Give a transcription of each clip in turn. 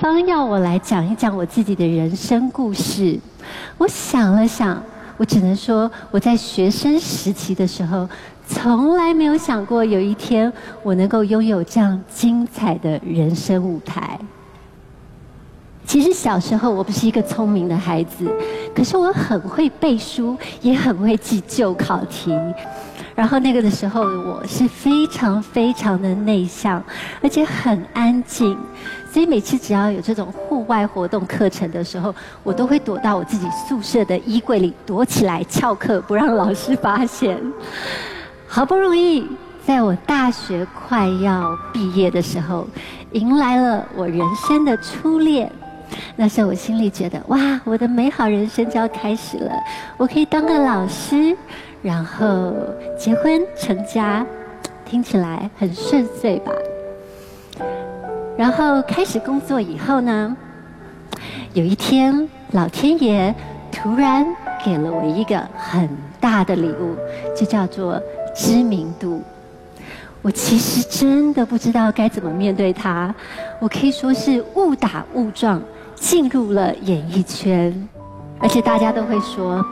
方要我来讲一讲我自己的人生故事。我想了想，我只能说我在学生时期的时候，从来没有想过有一天我能够拥有这样精彩的人生舞台。其实小时候我不是一个聪明的孩子，可是我很会背书，也很会记旧考题。然后那个的时候我是非常非常的内向，而且很安静，所以每次只要有这种户外活动课程的时候，我都会躲到我自己宿舍的衣柜里躲起来翘课，不让老师发现。好不容易在我大学快要毕业的时候，迎来了我人生的初恋。那时候我心里觉得，哇，我的美好人生就要开始了，我可以当个老师，然后结婚成家，听起来很顺遂吧。然后开始工作以后呢，有一天老天爷突然给了我一个很大的礼物，就叫做知名度。我其实真的不知道该怎么面对它，我可以说是误打误撞进入了演艺圈，而且大家都会说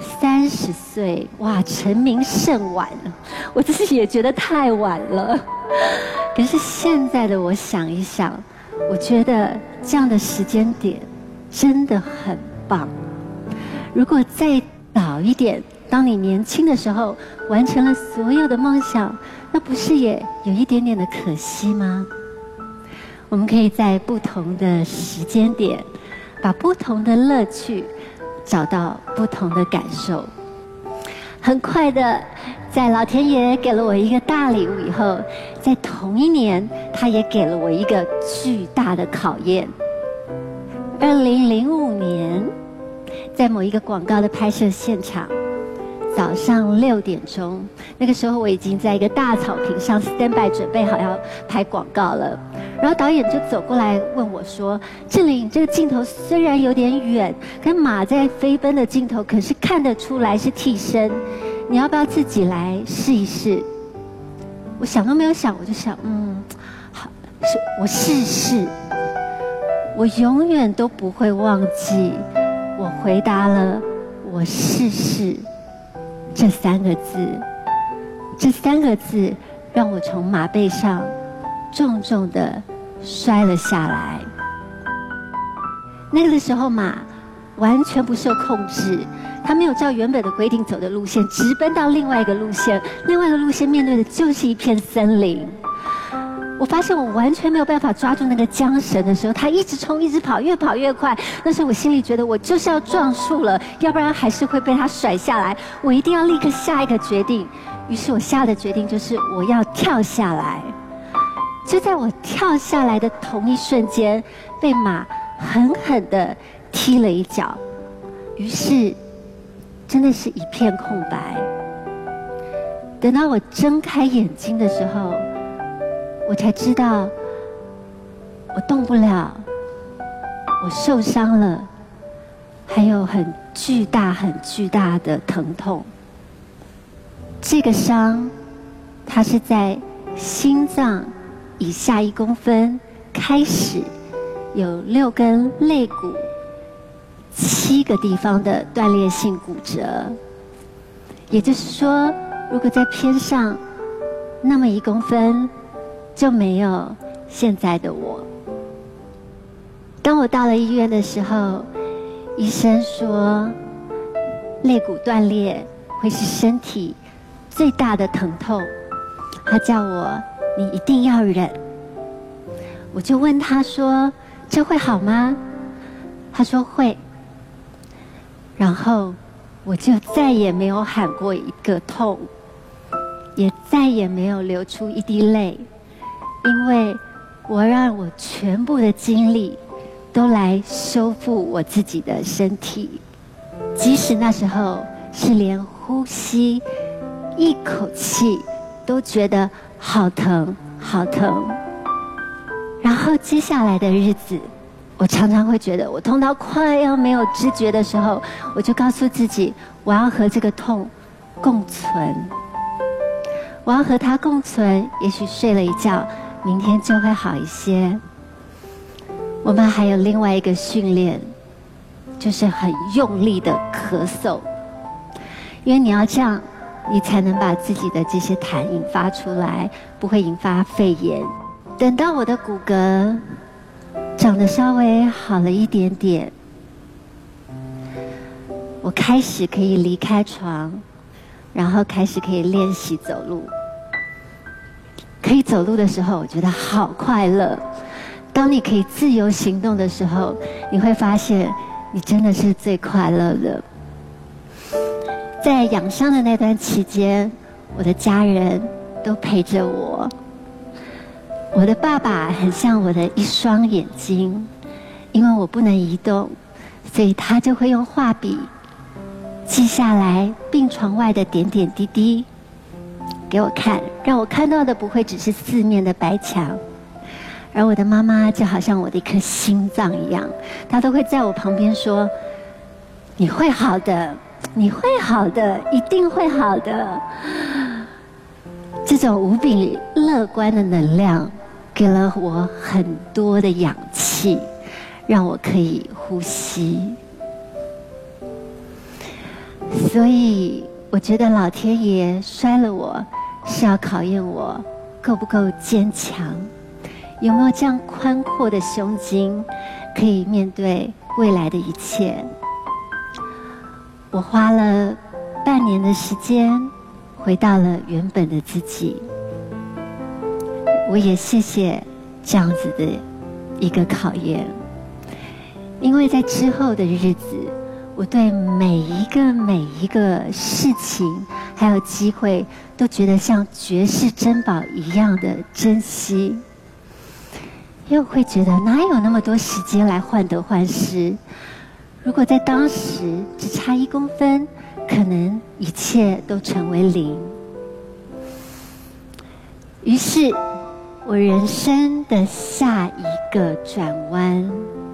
30岁，哇，成名甚晚了。我自己也觉得太晚了。可是现在的我想一想，我觉得这样的时间点真的很棒。如果再早一点，当你年轻的时候完成了所有的梦想，那不是也有一点点的可惜吗？我们可以在不同的时间点，把不同的乐趣找到不同的感受。很快的，在老天爷给了我一个大礼物以后，在同一年，他也给了我一个巨大的考验。2005年，在某一个广告的拍摄现场，早上6点钟，那个时候我已经在一个大草坪上 stand by 准备好要拍广告了。然后导演就走过来问我说：“志玲，这个镜头虽然有点远，跟马在飞奔的镜头，可是看得出来是替身，你要不要自己来试一试？”我想都没有想，我就想，好，我试试。我永远都不会忘记，我回答了“我试试”这3个字。这3个字让我从马背上重重的摔了下来。那个的时候马完全不受控制，它没有照原本的规定走的路线，直奔到另外一个路线，另外一个路线面对的就是一片森林。我发现我完全没有办法抓住那个缰绳的时候，它一直冲一直跑，越跑越快。那时候我心里觉得我就是要撞树了，要不然还是会被它甩下来，我一定要立刻下一个决定。于是我下的决定就是我要跳下来。就在我跳下来的同一瞬间，被马狠狠地踢了一脚，于是真的是一片空白。等到我睁开眼睛的时候，我才知道我动不了，我受伤了，还有很巨大很巨大的疼痛。这个伤它是在心脏以下1公分开始，有6根肋骨7个地方的断裂性骨折。也就是说，如果再偏上那么1公分，就没有现在的我。当我到了医院的时候，医生说肋骨断裂会是身体最大的疼痛，他叫我你一定要忍。我就问他说这会好吗？他说会。然后我就再也没有喊过一个痛，也再也没有流出一滴泪，因为我让我全部的精力都来修复我自己的身体，即使那时候是连呼吸一口气都觉得好疼好疼。然后接下来的日子，我常常会觉得我痛到快要没有知觉的时候，我就告诉自己我要和这个痛共存，我要和它共存，也许睡了一觉明天就会好一些。 我们还有另外一个训练，就是很用力的咳嗽，因为你要这样，你才能把自己的这些痰引发出来，不会引发肺炎。等到我的骨骼长得稍微好了一点点，我开始可以离开床，然后开始可以练习走路。可以走路的时候，我觉得好快乐。当你可以自由行动的时候，你会发现你真的是最快乐的。在养伤的那段期间，我的家人都陪着我。我的爸爸很像我的一双眼睛，因为我不能移动，所以他就会用画笔记下来病床外的点点滴滴给我看，让我看到的不会只是四面的白墙。而我的妈妈就好像我的一颗心脏一样，她都会在我旁边说：“你会好的，你会好的，一定会好的。”这种无比乐观的能量给了我很多的氧气，让我可以呼吸。所以我觉得老天爷摔了我，是要考验我够不够坚强，有没有这样宽阔的胸襟，可以面对未来的一切。我花了半年的时间，回到了原本的自己。我也谢谢这样子的一个考验，因为在之后的日子，我对每一个事情还有机会，都觉得像绝世珍宝一样的珍惜。又会觉得哪有那么多时间来患得患失？如果在当时只差1公分，可能一切都成为0。于是，我人生的下一个转弯，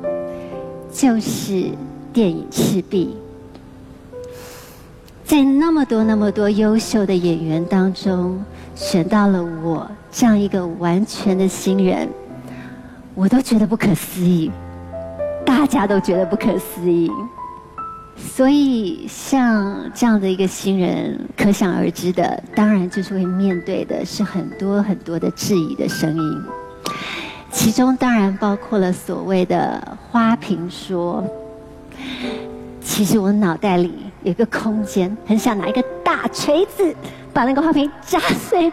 就是电影《赤壁》。在那么多优秀的演员当中，选到了我这样一个完全的新人，我都觉得不可思议，大家都觉得不可思议。所以像这样的一个新人，可想而知的，当然就是会面对的是很多的质疑的声音，其中当然包括了所谓的花瓶说。其实我脑袋里有一个空间，很想拿一个大锤子把那个花瓶砸碎。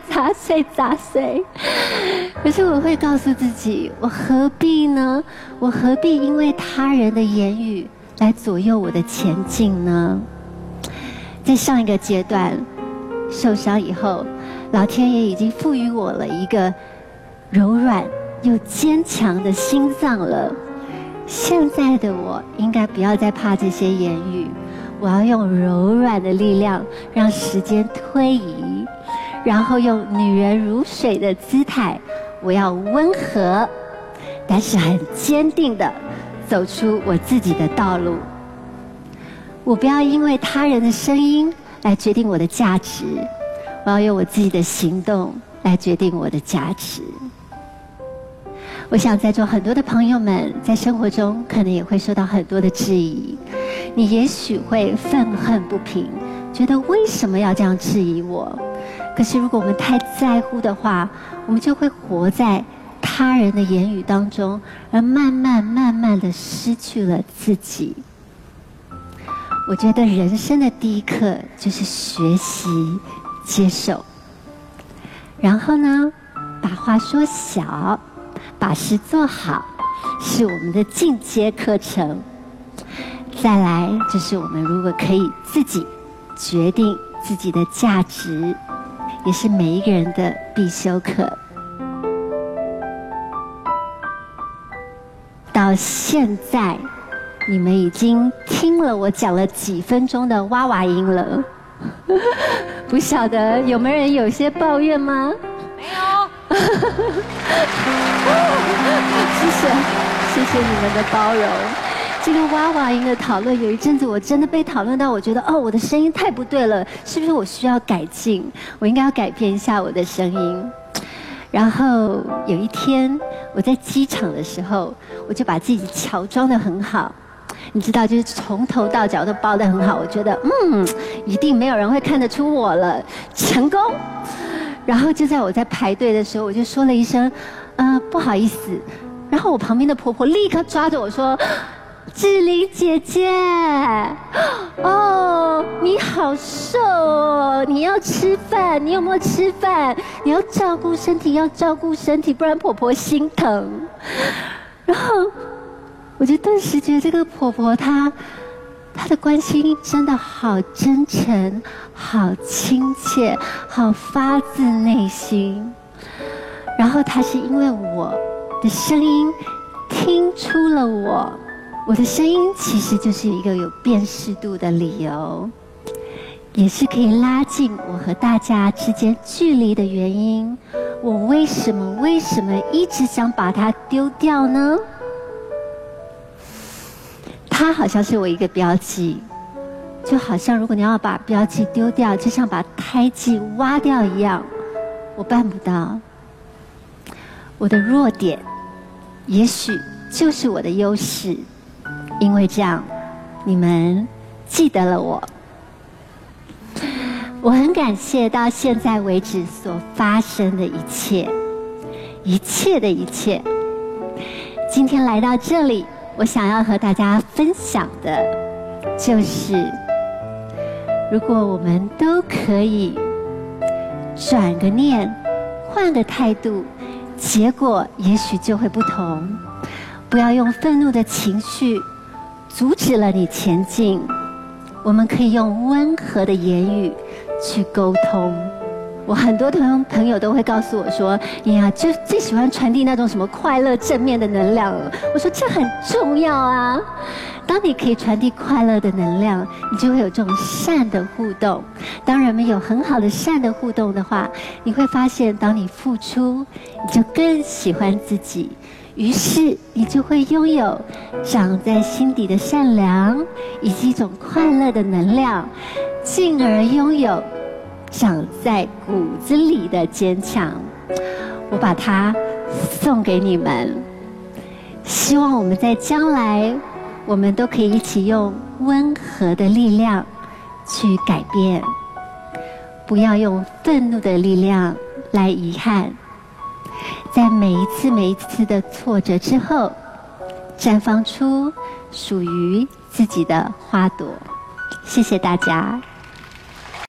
可是我会告诉自己，我何必呢？我何必因为他人的言语来左右我的前进呢？在上一个阶段受伤以后，老天爷已经赋予我了一个柔软又坚强的心脏了。现在的我应该不要再怕这些言语，我要用柔软的力量让时间推移，然后用女人如水的姿态，我要温和，但是很坚定的走出我自己的道路。我不要因为他人的声音来决定我的价值，我要用我自己的行动来决定我的价值。我想在座很多的朋友们在生活中可能也会受到很多的质疑，你也许会愤恨不平，觉得为什么要这样质疑我？可是如果我们太在乎的话，我们就会活在他人的言语当中，而慢慢的失去了自己。我觉得人生的第一课就是学习接受，然后呢，把话说小，把事做好，是我们的进阶课程。再来就是我们如果可以自己决定自己的价值，也是每一个人的必修课。到现在你们已经听了我讲了几分钟的哇哇音了，不晓得有没有人有些抱怨吗？ 没有。 谢谢你们的包容。这个哇哇音的讨论，有一阵子我真的被讨论到，我觉得我的声音太不对了，是不是我需要改进？我应该要改变一下我的声音。然后有一天我在机场的时候，我我就把自己乔装得很好，你知道，就是从头到脚都包得很好。我觉得，一定没有人会看得出我了，成功。然后就在我在排队的时候，我就说了一声，不好意思。然后我旁边的婆婆立刻抓着我说，志玲姐姐，哦，你好瘦哦，你要吃饭，你有没有吃饭？你要照顾身体，要照顾身体，不然婆婆心疼。然后我就顿时觉得这个婆婆她的关心真的好真诚，好亲切，好发自内心。然后她是因为我的声音听出了我的声音其实就是一个有辨识度的理由，也是可以拉近我和大家之间距离的原因。我为什么一直想把它丢掉呢？它好像是我一个标记，就好像如果你要把标记丢掉，就像把胎记挖掉一样，我办不到。我的弱点也许就是我的优势，因为这样你们记得了我。我很感谢到现在为止所发生的一切，一切的一切。今天来到这里，我想要和大家分享的就是如果我们都可以转个念，换个态度，结果也许就会不同。不要用愤怒的情绪阻止了你前进，我们可以用温和的言语去沟通。我很多朋友都会告诉我说，哎呀，就最喜欢传递那种什么快乐正面的能量了。我说这很重要啊，当你可以传递快乐的能量，你就会有这种善的互动。当人们有很好的善的互动的话，你会发现当你付出，你就更喜欢自己，于是你就会拥有长在心底的善良以及一种快乐的能量，进而拥有长在骨子里的坚强。我把它送给你们，希望我们在将来我们都可以一起用温和的力量去改变，不要用愤怒的力量来遗憾。在每一次的挫折之后，绽放出属于自己的花朵。谢谢大家。